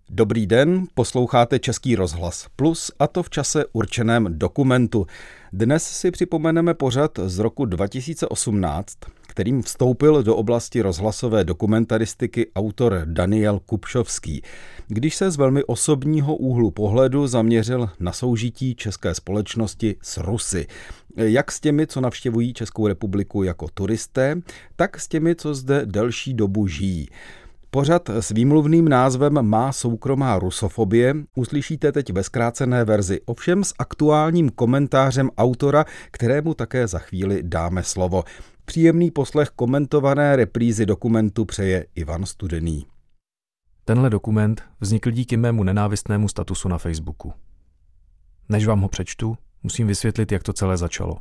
Dobrý den, posloucháte Český rozhlas Plus, a to v čase určeném Dokumentu. Dnes si připomeneme pořad z roku 2018, kterým vstoupil do oblasti rozhlasové dokumentaristiky autor Daniel Kupšovský, když se z velmi osobního úhlu pohledu zaměřil na soužití české společnosti s Rusy. Jak s těmi, co navštěvují Českou republiku jako turisté, tak s těmi, co zde delší dobu žijí. Pořad s výmluvným názvem Má soukromá rusofobie uslyšíte teď ve zkrácené verzi, ovšem s aktuálním komentářem autora, kterému také za chvíli dáme slovo. Příjemný poslech komentované reprízy dokumentu přeje Ivan Studený. Tenhle dokument vznikl díky mému nenávistnému statusu na Facebooku. Než vám ho přečtu, musím vysvětlit, jak to celé začalo.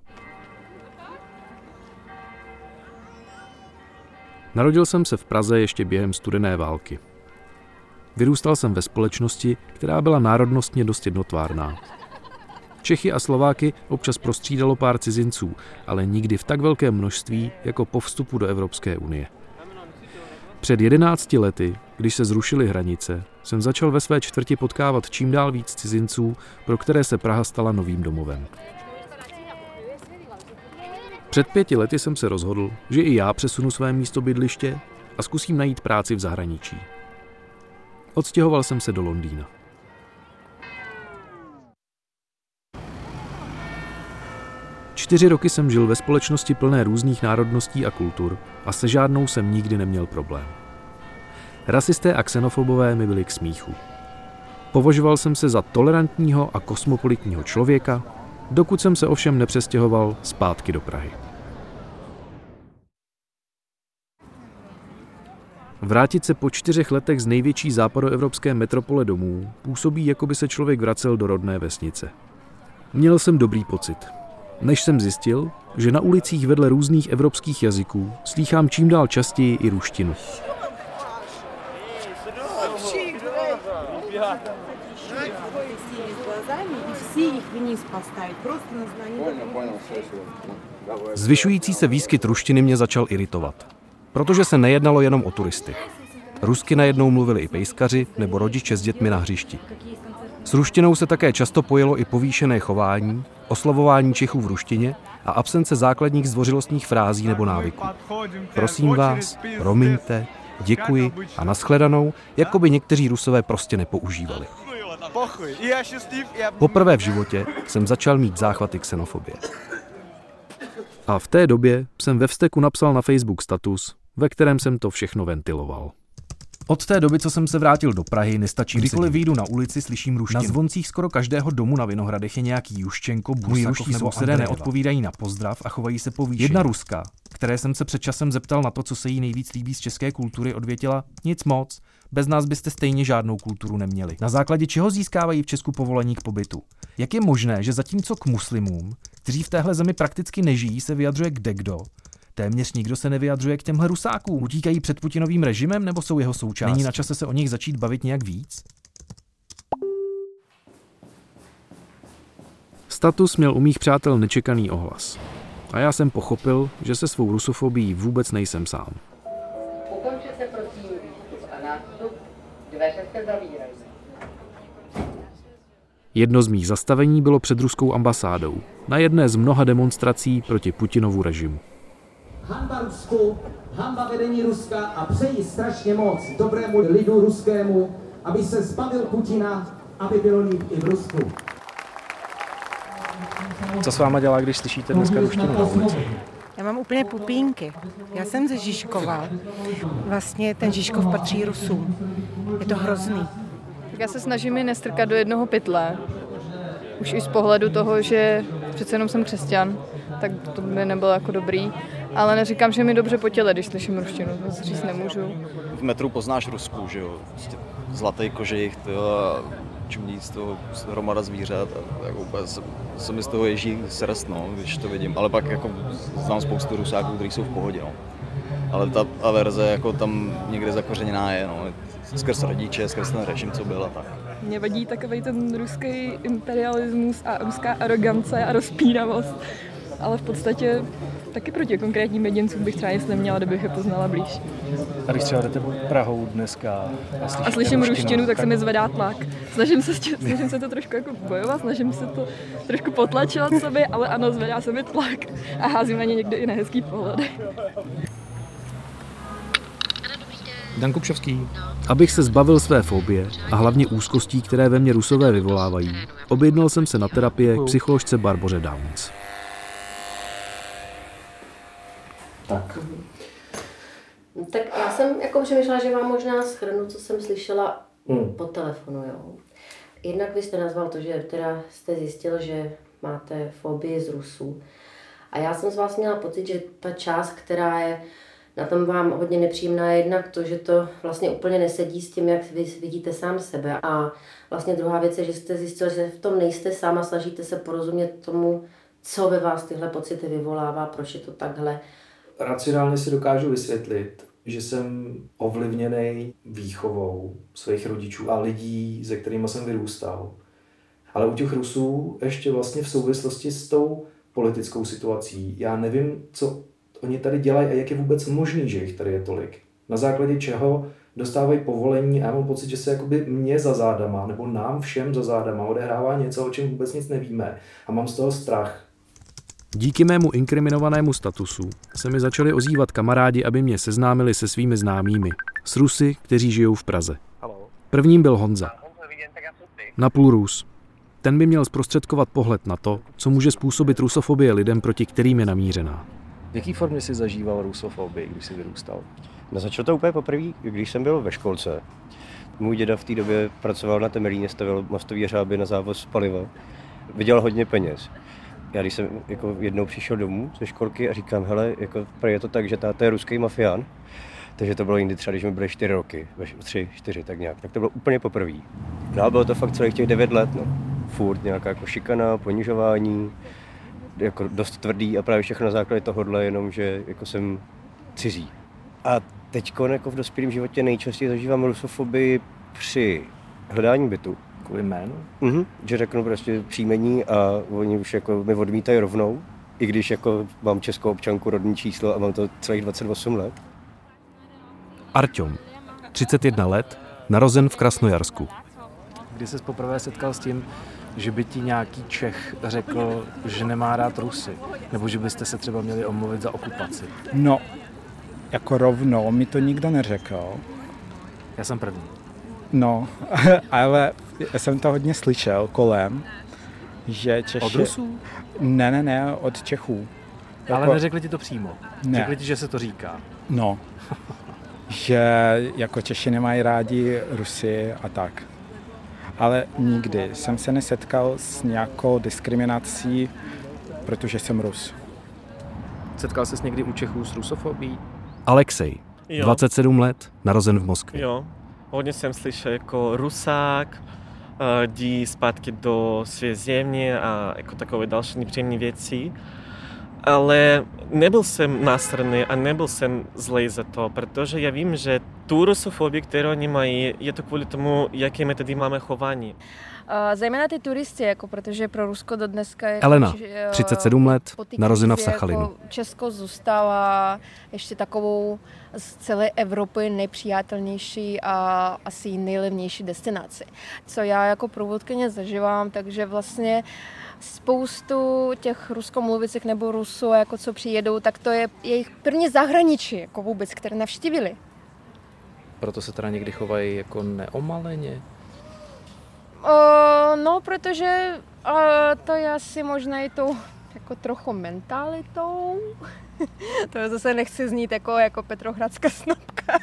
Narodil jsem se v Praze ještě během studené války. Vyrůstal jsem ve společnosti, která byla národnostně dost jednotvárná. Čechy a Slováky občas prostřídalo pár cizinců, ale nikdy v tak velkém množství jako po vstupu do Evropské unie. Před 11 lety, když se zrušily hranice, jsem začal ve své čtvrti potkávat čím dál víc cizinců, pro které se Praha stala novým domovem. Před 5 lety jsem se rozhodl, že i já přesunu své místo bydliště a zkusím najít práci v zahraničí. Odstěhoval jsem se do Londýna. Čtyři roky jsem žil ve společnosti plné různých národností a kultur a se žádnou jsem nikdy neměl problém. Rasisté a xenofobové mi byli k smíchu. Považoval jsem se za tolerantního a kosmopolitního člověka, dokud jsem se ovšem nepřestěhoval zpátky do Prahy. Vrátit se po 4 letech z největší západoevropské metropole domů působí, jako by se člověk vracel do rodné vesnice. Měl jsem dobrý pocit, než jsem zjistil, že na ulicích vedle různých evropských jazyků slýchám čím dál častěji i ruštinu. Zvyšující se výskyt ruštiny mě začal iritovat, protože se nejednalo jenom o turisty. Rusky najednou mluvili i pejskaři nebo rodiče s dětmi na hřišti. S ruštinou se také často pojilo i povýšené chování, oslovování Čechů v ruštině a absence základních zdvořilostních frází nebo návyků. Prosím vás, promiňte, děkuji a nashledanou, jako by někteří Rusové prostě nepoužívali. Poprvé v životě jsem začal mít záchvaty xenofobie. A v té době jsem ve vzteku napsal na Facebook status, ve kterém jsem to všechno ventiloval. Od té doby, co jsem se vrátil do Prahy, nestačí. Kdykoliv vyjdu na ulici, slyším ruštinu. Na zvoncích skoro každého domu na Vinohradech je nějaký Juščenko, Busakov nebo sousedé neodpovídají na pozdrav a chovají se povýšeně. Jedna Ruska, které jsem se před časem zeptal na to, co se jí nejvíc líbí z české kultury, odvětila: nic moc, bez nás byste stejně žádnou kulturu neměli. Na základě čeho získávají v Česku povolení k pobytu? Jak je možné, že zatímco k muslimům, kteří v téhle zemi prakticky nežijí, se vyjadřuje kdekdo, téměř nikdo se nevyjadřuje k těmhle Rusákům? Utíkají před Putinovým režimem nebo jsou jeho součástí? Není na čase se o nich začít bavit nějak víc? Status měl u mých přátel nečekaný ohlas. A já jsem pochopil, že se svou rusofobií vůbec nejsem sám. Ukončete prosím výstup a nástup, dveře se zavírají. Jedno z mých zastavení bylo před ruskou ambasádou, na jedné z mnoha demonstrací proti Putinovu režimu. Hanba Rusku, hanba vedení Ruska a přeji strašně moc dobrému lidu ruskému, aby se zbavil Putina, aby bylo líp i v Rusku. Co s váma dělá, když slyšíte dneska ruštinu na ulici? Já mám úplně pupínky. Já jsem ze Žižkova. Vlastně ten Žižkov patří Rusům. Je to hrozný. Tak já se snažím je nestrkat do jednoho pytle. Už i z pohledu toho, že přece jenom jsem křesťan, tak to by nebylo jako dobrý. Ale neříkám, že mi dobře po těle, když slyším ruštinu, to říct nemůžu. V metru poznáš Rusku, že jo, zlatý kožich, čumí z toho hromada zvířat a jako úplně se mi z toho ježí srst, no, když to vidím. Ale pak jako znám spoustu Rusáků, kteří jsou v pohodě, no. Ale ta verze jako tam někde zakořeněná je, no, skrz rodiče, skrz ten režim, co byl a tak. Mě vadí takovej ten ruský imperialismus a ruská arogance a rozpínavost, ale v podstatě taky proti konkrétním jedincům bych třeba nic neměla, kdybych je poznala blíž. A když třeba jdete Prahou dneska a slyším ruštinu, tak se mi zvedá tlak. Snažím se to trošku jako bojovat, snažím se to trošku potlačovat sobě, ale ano, zvedá se mi tlak a házím na ně někdy i nehezký pohledy. Dan Kupšovský. Abych se zbavil své fobie a hlavně úzkostí, které ve mně Rusové vyvolávají, objednal jsem se na terapie k psycholožce Barboře Downs. Tak já jsem jako přemýšlela, že vám možná shrnu, co jsem slyšela po telefonu. Jo. Jednak vy jste nazval to, že teda jste zjistil, že máte fobii z Rusů. A já jsem z vás měla pocit, že ta část, která je na tom vám hodně nepříjemná, je jednak to, že to vlastně úplně nesedí s tím, jak vy vidíte sám sebe. A vlastně druhá věc je, že jste zjistil, že v tom nejste sám a snažíte se porozumět tomu, co ve vás tyhle pocity vyvolává, proč je to takhle. Racionálně si dokážu vysvětlit, že jsem ovlivněný výchovou svých rodičů a lidí, se kterými jsem vyrůstal. Ale u těch Rusů ještě vlastně v souvislosti s tou politickou situací, já nevím, co oni tady dělají a jak je vůbec možný, že jich tady je tolik. Na základě čeho dostávají povolení a já mám pocit, že se jakoby mě za zádama, nebo nám všem za zádama odehrává něco, o čem vůbec nic nevíme. A mám z toho strach. Díky mému inkriminovanému statusu se mi začali ozývat kamarádi, aby mě seznámili se svými známými, s Rusy, kteří žijou v Praze. Prvním byl Honza. Napůl Rus. Ten by měl zprostředkovat pohled na to, co může způsobit rusofobie lidem, proti kterým je namířená. V jaký formě jsi zažíval rusofobii, když jsi vyrůstal? No, začalo to úplně poprvé, když jsem byl ve školce. Můj děda v té době pracoval na Temelíně, stavil mostový jeřáby na závoz paliva. Vydělal hodně peněz. Já když jsem jako jednou přišel domů ze školky a říkám, hele, jako je to tak, že táta je ruský mafián. Takže to bylo jindy třeba, když mi byly 4 roky, 3, 4, tak nějak. Tak to bylo úplně poprvé. No a bylo to fakt celých těch 9 let, no. Furt nějaká jako šikana, ponižování, jako dost tvrdý a právě všechno na základě tohohle, jenom že jako jsem cizí. A teďko jako v dospělém životě nejčastěji zažívám rusofobii při hledání bytu. Kvůli jménu? Že řeknu prostě příjmení a oni už jako mi odmítají rovnou, i když jako mám českou občanku, rodní číslo a mám to celých 28 let. Arťom, 31 let, narozen v Krasnojarsku. Kdy jsi poprvé setkal s tím, že by ti nějaký Čech řekl, že nemá rád Rusy? Nebo že byste se třeba měli omluvit za okupaci? No, jako rovnou mi to nikdo neřekl. Já jsem první. No, ale já jsem to hodně slyšel kolem, že Češi... Od Rusů? Ne, od Čechů. Ale neřekli ti to přímo? Ne. Řekli ti, že se to říká? No, že jako Češi nemají rádi Rusy a tak. Ale nikdy jsem se nesetkal s nějakou diskriminací, protože jsem Rus. Setkal jsi někdy u Čechů s rusofobií? Alexej, 27 let, narozen v Moskvě. Jo, hodně jsem slyšel jako Rusák, jdi zpátky do své země a jako takové další nepříjemné věci. Ale nebyl jsem nasraný a nebyl jsem zlej za to, protože já vím, že tu rusofobii, kterou oni mají, je to kvůli tomu, jaké my tady máme chování. Zejména ty turisti, jako protože pro Rusko do dneska je... Elena, 37 let, narozena v Sachalinu. Jako Česko zůstává ještě takovou z celé Evropy nejpřijatelnější a asi nejlevnější destinaci. Co já jako průvodkyně zažívám, takže vlastně spoustu těch ruskomluvících nebo Rusů, jako co přijedou, tak to je jejich první zahraničí, jako vůbec, které navštívili. Proto se teda někdy chovají jako neomaleně? No, protože to je asi možná i tou jako trochu mentalitou. To zase nechci znít jako petrohradská snobka.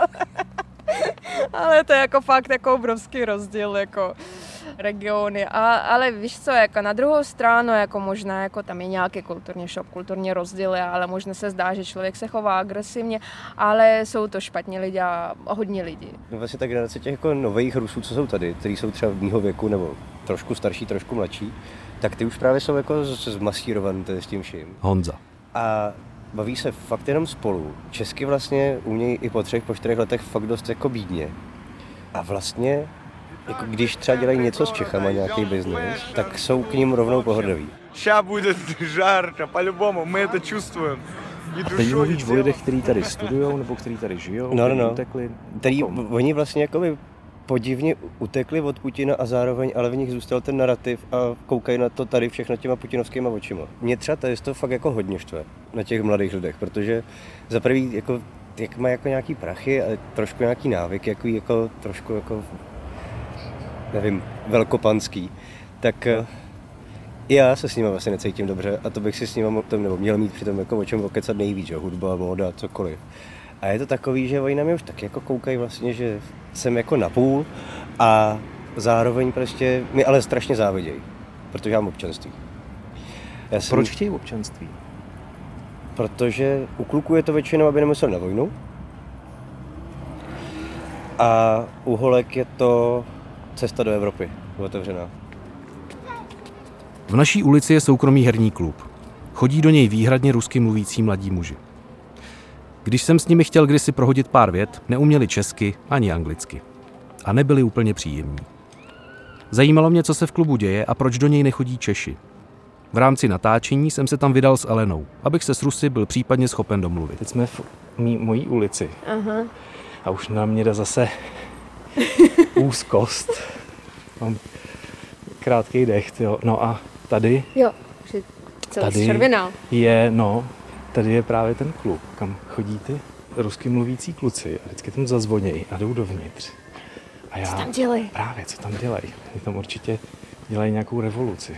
Ale to je jako fakt jako obrovský rozdíl jako regiony. Ale víš co, jako na druhou stranu jako možná jako tam je nějaký kulturní šok, kulturní rozdíly, ale možná se zdá, že člověk se chová agresivně, ale jsou to špatní lidi a hodně lidí. No vlastně ta generace těch jako nových Rusů, co jsou tady, kteří jsou třeba v mýho věku nebo trošku starší, trošku mladší, tak ty už právě jsou jako zmasírovaný s tím vším. Honza. A baví se fakt jenom spolu. Česky vlastně umějí i po 3, po 4 letech fakt dost jako bídně. A vlastně jako když třeba dělají něco s Čechama, nějaký biznes, tak jsou k ním rovnou pohrdaví. Ща будет жарко, по-любому, мы это чувствуем. A teď mluvíš o lidech, kteří tady studujou, nebo kteří tady žijou, utekli? Oni vlastně jakoby podivně utekli od Putina a zároveň ale v nich zůstal ten narrativ a koukají na to tady všechno těma putinovskýma očima. Mě třeba to fakt jako hodně štve na těch mladých lidech, protože za prvý jako, jak má jako nějaký prachy a trošku nějaký návyk, jako trošku jako, nevím, velkopanský, tak já se s nimi vlastně necítím dobře a to bych si s nimi měl mít přitom jako o čem okecat nejvíc, že? Hudba, móda, cokoliv. A je to takový, že oni na mě už tak jako koukají vlastně, že jsem jako napůl a zároveň prostě mi ale strašně závidějí, protože já mám občanství. Proč chtějí občanství? Protože u kluků je to většinou, aby nemusel na vojnu. A u holek je to cesta do Evropy, otevřená. V naší ulici je soukromý herní klub. Chodí do něj výhradně rusky mluvící mladí muži. Když jsem s nimi chtěl kdysi prohodit pár vět, neuměli česky ani anglicky. A nebyli úplně příjemní. Zajímalo mě, co se v klubu děje a proč do něj nechodí Češi. V rámci natáčení jsem se tam vydal s Elenou, abych se s Rusy byl případně schopen domluvit. Teď jsme v mojí ulici. Aha. A už na mě jde zase úzkost. Mám krátký dech, jo. No a tady... Jo, celý červená. Tady je právě ten klub, kam chodí ty rusky mluvící kluci a vždycky tam zazvonějí a jdou dovnitř. A já, co tam dělají? Právě, co tam dělají. Oni tam určitě dělají nějakou revoluci.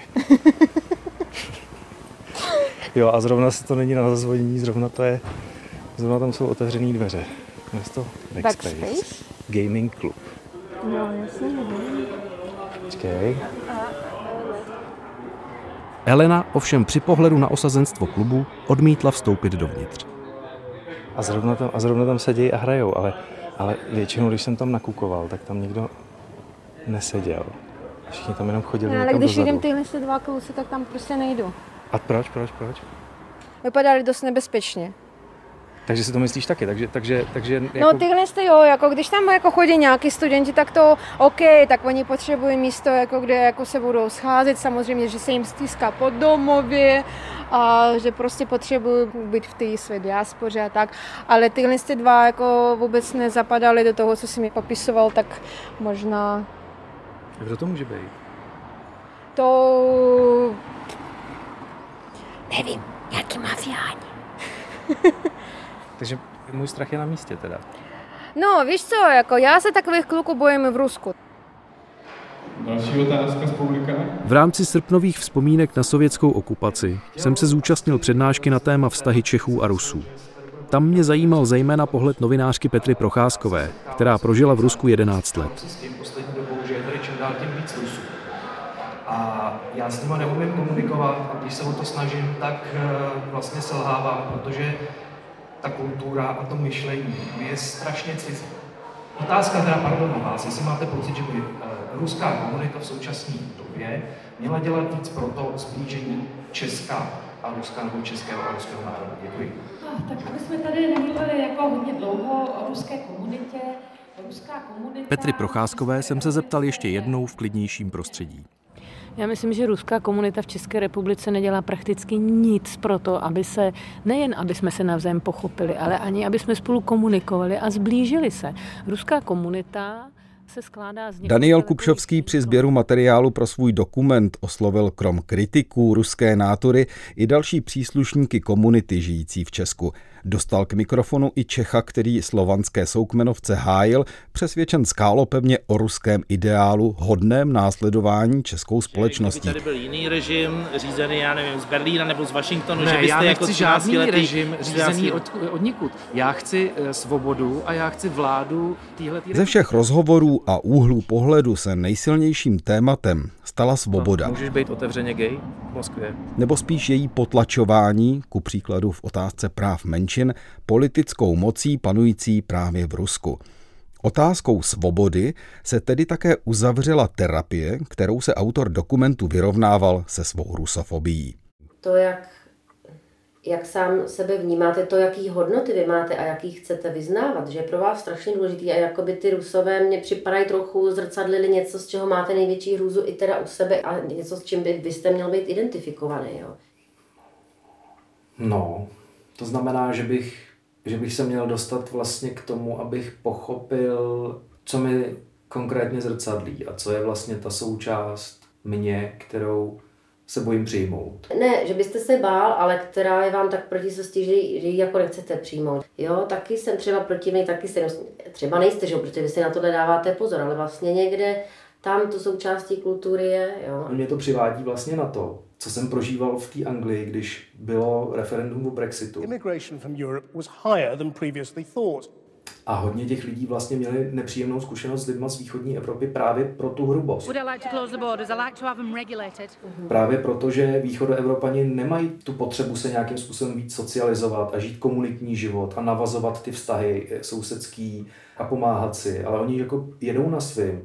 Jo, a zrovna se to není na zazvonění, zrovna tam jsou otevřený dveře. Je to Backspace. Gaming klub. No, jasně. Počkej. Elena ovšem při pohledu na osazenstvo klubu odmítla vstoupit dovnitř. A zrovna tam sedějí a hrajou, ale většinou, když jsem tam nakukoval, tak tam nikdo neseděl. Všichni tam jenom chodili někam dozadu. Ale když vidím tyhle dva kluci, tak tam prostě nejdu. A proč? Vypadali dost nebezpečně. Takže si to myslíš taky, takže jako... No tyhle jste jo, jako když tam jako chodí nějaký studenti, tak to OK, tak oni potřebují místo, jako kde jako se budou scházet, samozřejmě, že se jim stýská po domově a že prostě potřebují být v té své diaspoře a tak, ale tyhle dva jako vůbec nezapadaly do toho, co jsi mi popisoval, tak možná... Kdo to může být? To... Nevím, nějaký mafiáni. Takže můj strach je na místě teda. No, víš co, jako já se takových kluků bojím v Rusku. Další otázka z publika. V rámci srpnových vzpomínek na sovětskou okupaci jsem se zúčastnil přednášky na téma vztahy Čechů a Rusů. Tam mě zajímal zejména pohled novinářky Petry Procházkové, která prožila v Rusku 11 let. S tím poslední dobou, že je tady čím dál tím víc Rusů. A já s nimi neumím komunikovat a když se o to snažím, tak vlastně selhávám, protože ta kultura a to myšlení je strašně cizí. Otázka teda, pardon, na vás, jestli máte pocit, že by ruská komunita v současné době měla dělat víc pro to zblížení Česka a Ruska nebo českého a ruského národa. Děkuji. Tak aby jsme tady nemluvili jako hodně dlouho o ruské komunitě. Petry Procházkové jsem se zeptal ještě jednou v klidnějším prostředí. Já myslím, že ruská komunita v České republice nedělá prakticky nic pro to, aby jsme se navzájem pochopili, ale ani aby jsme spolu komunikovali a zblížili se. Ruská komunita se skládá z Daniel Kupšovský při sběru materiálu pro svůj dokument oslovil krom kritiků ruské nátury i další příslušníky komunity žijící v Česku. Dostal k mikrofonu i Čecha, který slovanské soukmenovce hájil, přesvědčen skálopevně o ruském ideálu hodném následování českou společností. Kdyby tady byl jiný režim, řízený, já nevím, z Berlína nebo z Washingtonu, ne, že byste já jako nechci žádný režim řízený od odnikud. Já chci svobodu a já chci vládu téhletý. Ze všech rozhovorů a úhlů pohledu se nejsilnějším tématem stala svoboda. Můžeš být otevřeně gay v Moskvě? Nebo spíš její potlačování, ku příkladu v otázce práv menšin, politickou mocí panující právě v Rusku. Otázkou svobody se tedy také uzavřela terapie, kterou se autor dokumentu vyrovnával se svou rusofobií. To, jak jak sám sebe vnímáte, to, jaký hodnoty vy máte a jaký chcete vyznávat, že je pro vás strašně důležitý a jakoby ty Rusové mně připadají trochu zrcadlili něco, z čeho máte největší hrůzu i teda u sebe a něco, s čím byste měl být identifikovaný, jo? No, to znamená, že bych se měl dostat vlastně k tomu, abych pochopil, co mi konkrétně zrcadlí a co je vlastně ta součást mě, kterou se bojím přijmout. Ne, že byste se bál, ale která je vám tak proti sosti, že ji jako nechcete přijmout. Jo, taky jsem třeba protivný, taky jsem, třeba nejste, že? Protože vy si na tohle dáváte pozor, ale vlastně někde tam to součástí kultury je. Jo. Mě to přivádí vlastně na to, co jsem prožíval v té Anglii, když bylo referendum o Brexitu. Immigration from Europe was higher than previously thought. A hodně těch lidí vlastně měli nepříjemnou zkušenost s lidma z východní Evropy právě pro tu hrubost. Právě proto, že východoevropani nemají tu potřebu se nějakým způsobem víc socializovat a žít komunitní život a navazovat ty vztahy sousedský a pomáhat si, ale oni jako jedou na svým.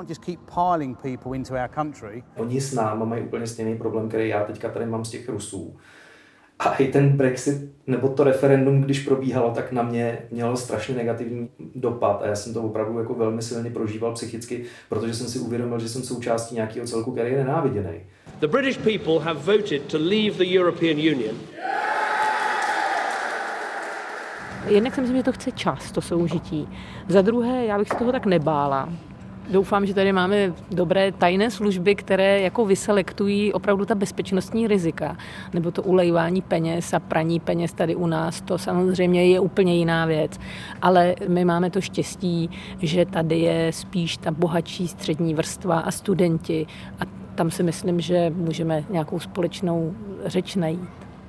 Oni s náma mají úplně stejný problém, který já teďka tady mám z těch Rusů. A i ten Brexit, nebo to referendum, když probíhalo, tak na mě mělo strašně negativní dopad a já jsem to opravdu jako velmi silně prožíval psychicky, protože jsem si uvědomil, že jsem součástí nějakého celku, který je nenáviděný. The British people have voted to leave the European Union. Jednak si myslím, že to chce čas, to soužití. Za druhé, já bych se toho tak nebála. Doufám, že tady máme dobré tajné služby, které jako vyselektují opravdu ta bezpečnostní rizika, nebo to ulejvání peněz a praní peněz tady u nás, to samozřejmě je úplně jiná věc. Ale my máme to štěstí, že tady je spíš ta bohatší střední vrstva a studenti a tam si myslím, že můžeme nějakou společnou řeč najít.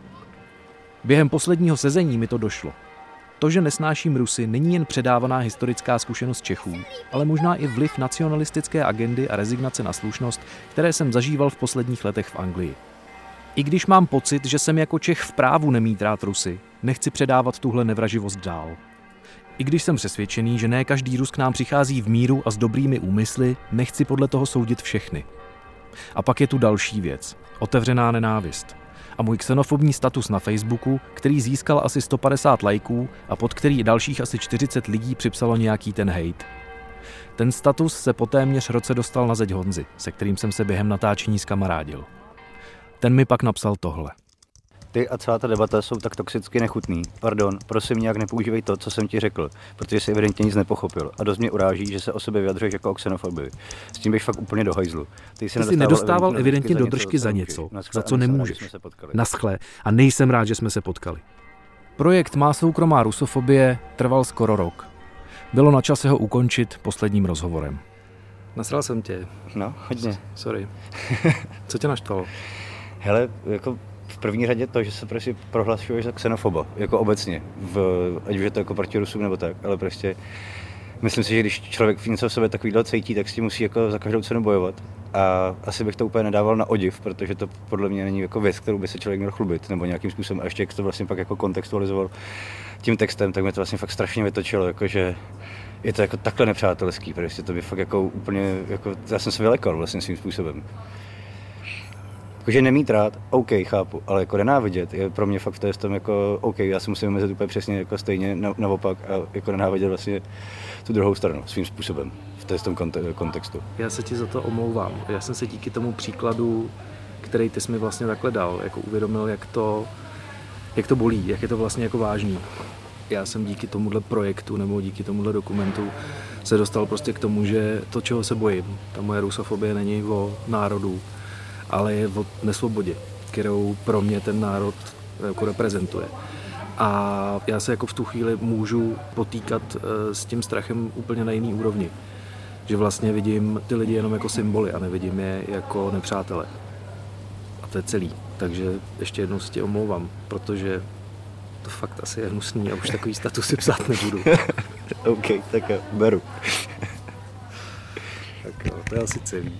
Během posledního sezení mi to došlo. To, že nesnáším Rusy, není jen předávaná historická zkušenost Čechů, ale možná i vliv nacionalistické agendy a rezignace na slušnost, které jsem zažíval v posledních letech v Anglii. I když mám pocit, že jsem jako Čech v právu nemít rád Rusy, nechci předávat tuhle nevraživost dál. I když jsem přesvědčený, že ne každý Rus k nám přichází v míru a s dobrými úmysly, nechci podle toho soudit všechny. A pak je tu další věc. Otevřená nenávist. A můj xenofobní status na Facebooku, který získal asi 150 lajků a pod který dalších asi 40 lidí připsalo nějaký ten hejt. Ten status se po téměř roce dostal na zeď Honzy, se kterým jsem se během natáčení zkamarádil. Ten mi pak napsal tohle. Ty a celá ta debata jsou tak toxicky nechutný. Pardon, prosím, nějak nepoužívej to, co jsem ti řekl, protože jsi evidentně nic nepochopil. A dost mě uráží, že se o sebe vyjadřuješ jako o xenofobii. S tím bych fakt úplně do hajzlu. Ty jsi nedostával evidentně do držky za něco, za co nemůžeš. Naschle a nejsem rád, že jsme se potkali. Projekt Má soukromá rusofobie trval skoro rok. Bylo na čase ho ukončit posledním rozhovorem. Nasral jsem tě. No, hodně. Sorry. Co tě naštvalo? Hele, jako v první řadě to, že se prostě prohlašuješ za xenofoba, jako obecně, ať už je to jako proti Rusům nebo tak, ale prostě myslím si, že když člověk něco v sobě takovýhle cítí, tak s tím musí jako za každou cenu bojovat. A asi bych to úplně nedával na odiv, protože to podle mě není jako věc, kterou by se člověk měl chlubit, nebo nějakým způsobem. A ještě jak to vlastně pak jako kontextualizoval tím textem, tak mě to vlastně fakt strašně vytočilo, jakože je to jako takhle nepřátelský, prostě to by fakt jako úplně, jako, já jsem se vylekal vlastně svým způsobem. Jakože nemít rád, OK, chápu, ale jako nenávidět je pro mě fakt v tom jako OK, já si musím vymezit úplně přesně jako stejně naopak a jako nenávidět vlastně tu druhou stranu svým způsobem v tom kontextu. Já se ti za to omlouvám. Já jsem se díky tomu příkladu, který ty jsi mi vlastně takhle dal, jako uvědomil, jak to bolí, jak je to vlastně jako vážný. Já jsem díky tomuhle projektu nebo díky tomuhle dokumentu se dostal prostě k tomu, že to, čeho se bojím, ta moje rusofobie není o národu, ale je o nesvobodě, kterou pro mě ten národ jako reprezentuje. A já se jako v tu chvíli můžu potýkat s tím strachem úplně na jiný úrovni. Že vlastně vidím ty lidi jenom jako symboly a nevidím je jako nepřátele. A to je celý. Takže ještě jednou se tě omlouvám, protože to fakt asi je hnusný a už takový statusy psát nebudu. OK, tak jo, beru. Tak jo, to je asi celý.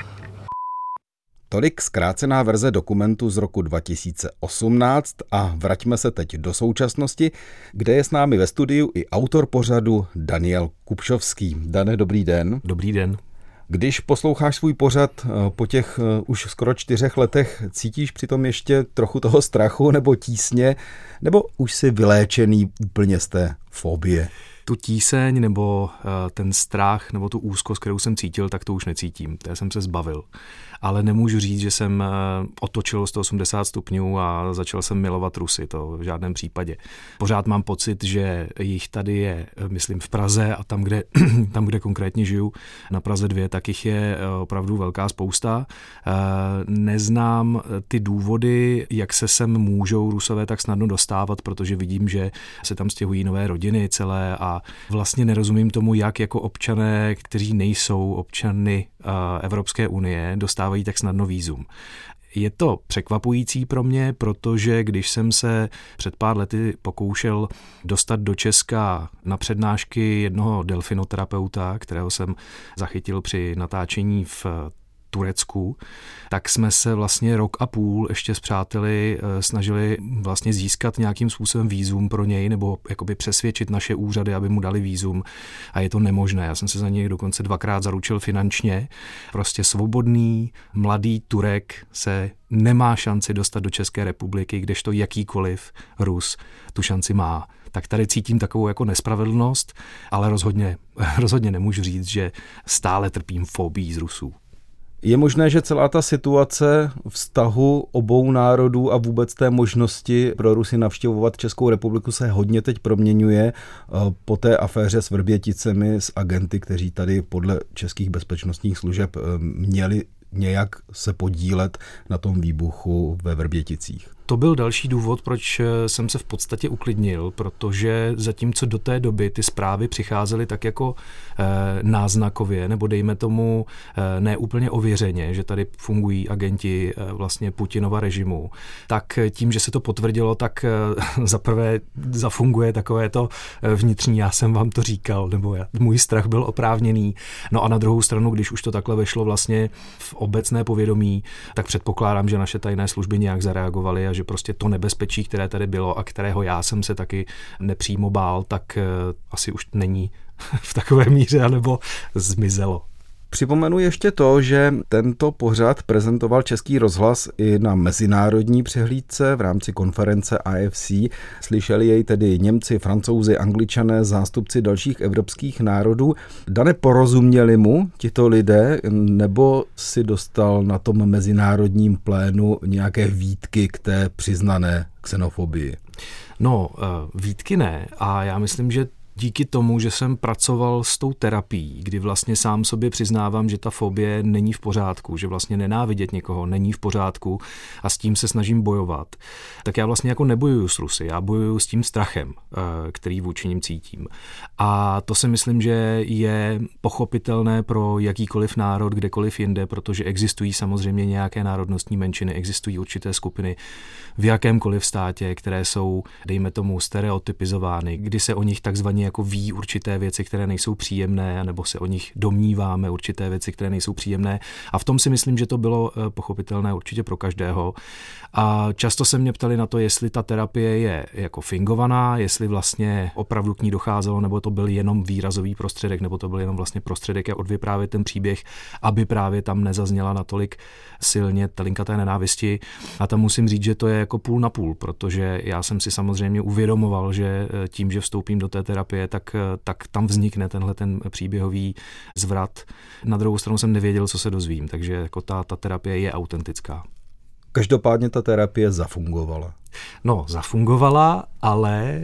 Tolik zkrácená verze dokumentu z roku 2018 a vraťme se teď do současnosti, kde je s námi ve studiu i autor pořadu Daniel Kupšovský. Dane, dobrý den. Dobrý den. Když posloucháš svůj pořad po těch už skoro 4 letech, cítíš přitom ještě trochu toho strachu nebo tísně, nebo už jsi vyléčený úplně z té fobie? Tu tíseň nebo ten strach nebo tu úzkost, kterou jsem cítil, tak to už necítím. To jsem se zbavil. Ale nemůžu říct, že jsem otočil 180 stupňů a začal jsem milovat Rusy, to v žádném případě. Pořád mám pocit, že jich tady je, myslím v Praze a tam, kde konkrétně žiju, na Praze 2, tak jich je opravdu velká spousta. Neznám ty důvody, jak se sem můžou Rusové tak snadno dostávat, protože vidím, že se tam stěhují nové rodiny celé a vlastně nerozumím tomu, jak jako občané, kteří nejsou občany Evropské unie, dostávají tak snadno vízum. Je to překvapující pro mě, protože když jsem se před pár lety pokoušel dostat do Česka na přednášky jednoho delfinoterapeuta, kterého jsem zachytil při natáčení v Turecku, tak jsme se vlastně 1,5 roku ještě s přáteli snažili vlastně získat nějakým způsobem vízum pro něj nebo jakoby přesvědčit naše úřady, aby mu dali vízum a je to nemožné. Já jsem se za něj dokonce 2krát zaručil finančně. Prostě svobodný, mladý Turek se nemá šanci dostat do České republiky, kdežto jakýkoliv Rus tu šanci má. Tak tady cítím takovou jako nespravedlnost, ale rozhodně nemůžu říct, že stále trpím fobií z Rusů. Je možné, že celá ta situace vztahu obou národů a vůbec té možnosti pro Rusy navštěvovat Českou republiku se hodně teď proměňuje po té aféře s Vrběticemi, s agenty, kteří tady podle českých bezpečnostních služeb měli nějak se podílet na tom výbuchu ve Vrběticích. To byl další důvod, proč jsem se v podstatě uklidnil, protože zatímco do té doby ty zprávy přicházely tak jako náznakově, nebo dejme tomu neúplně ověřeně, že tady fungují agenti vlastně Putinova režimu, tak tím, že se to potvrdilo, tak zaprvé zafunguje takové to vnitřní, já jsem vám to říkal, nebo můj strach byl oprávněný. No a na druhou stranu, když už to takhle vešlo vlastně v obecné povědomí, tak předpokládám, že naše tajné služby nějak zareagovaly a že prostě to nebezpečí, které tady bylo a kterého já jsem se taky nepřímo bál, tak asi už není v takové míře, anebo zmizelo. Připomenu ještě to, že tento pořad prezentoval Český rozhlas i na mezinárodní přehlídce v rámci konference AFC. Slyšeli jej tedy Němci, Francouzi, Angličané, zástupci dalších evropských národů. Dane, porozuměli mu tito lidé, nebo si dostal na tom mezinárodním plénu nějaké výtky k té přiznané xenofobii? No, výtky ne. A já myslím, že díky tomu, že jsem pracoval s tou terapií, kdy vlastně sám sobě přiznávám, že ta fobie není v pořádku, že vlastně nenávidět někoho není v pořádku a s tím se snažím bojovat, tak já vlastně jako nebojuju s Rusy, já bojuju s tím strachem, který vůči nim cítím. A to si myslím, že je pochopitelné pro jakýkoliv národ, kdekoliv jinde, protože existují samozřejmě nějaké národnostní menšiny, existují určité skupiny v jakémkoliv státě, které jsou, dejme tomu, stereotypizovány, kdy se o nich takzvaně jako ví určité věci, které nejsou příjemné, nebo se o nich domníváme určité věci, které nejsou příjemné. A v tom si myslím, že to bylo pochopitelné určitě pro každého. A často se mě ptali na to, jestli ta terapie je jako fingovaná, jestli vlastně opravdu k ní docházelo, nebo to byl jenom výrazový prostředek, nebo to byl jenom vlastně prostředek, jak odvyprávět ten příběh, aby právě tam nezazněla natolik silně ta linka té nenávisti. A tam musím říct, že to je jako půl na půl, protože já jsem si samozřejmě uvědomoval, že tím, že vstoupím do té terapie, tak tam vznikne tenhle ten příběhový zvrat. Na druhou stranu jsem nevěděl, co se dozvím, takže jako ta terapie je autentická. Každopádně ta terapie zafungovala. No, zafungovala, ale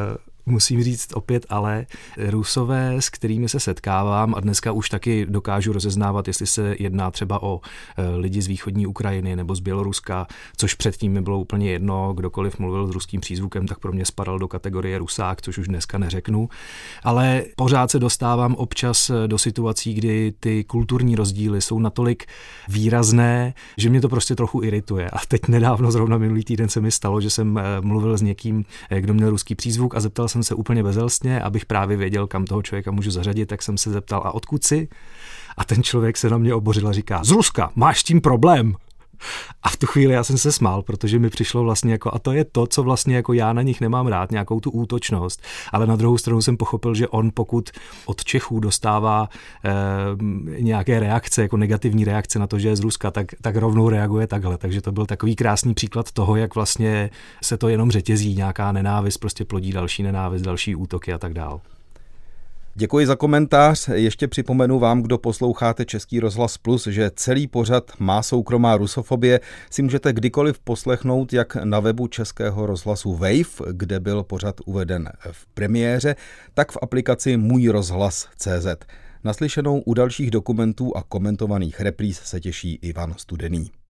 musím říct opět, ale Rusové, s kterými se setkávám, a dneska už taky dokážu rozeznávat, jestli se jedná třeba o lidi z východní Ukrajiny nebo z Běloruska, což předtím mi bylo úplně jedno, kdokoliv mluvil s ruským přízvukem, tak pro mě spadal do kategorie Rusák, což už dneska neřeknu. Ale pořád se dostávám občas do situací, kdy ty kulturní rozdíly jsou natolik výrazné, že mě to prostě trochu irituje. A teď nedávno, zrovna minulý týden se mi stalo, že jsem mluvil s někým, kdo měl ruský přízvuk a zeptal jsem se úplně bezelstně, abych právě věděl, kam toho člověka můžu zařadit, tak jsem se zeptal, a odkud jsi? A ten člověk se na mě obořil a říká, z Ruska, máš s tím problém? A v tu chvíli já jsem se smál, protože mi přišlo vlastně jako, a to je to, co vlastně jako já na nich nemám rád, nějakou tu útočnost, ale na druhou stranu jsem pochopil, že on pokud od Čechů dostává nějaké reakce, jako negativní reakce na to, že je z Ruska, tak rovnou reaguje takhle. Takže to byl takový krásný příklad toho, jak vlastně se to jenom řetězí, nějaká nenávist prostě plodí další nenávist, další útoky a tak dál. Děkuji za komentář. Ještě připomenu vám, kdo posloucháte Český rozhlas Plus, že celý pořad Má soukromá rusofobie si můžete kdykoliv poslechnout jak na webu Českého rozhlasu Wave, kde byl pořad uveden v premiéře, tak v aplikaci Můj rozhlas.cz. Naslyšenou u dalších dokumentů a komentovaných repríz se těší Ivan Studený.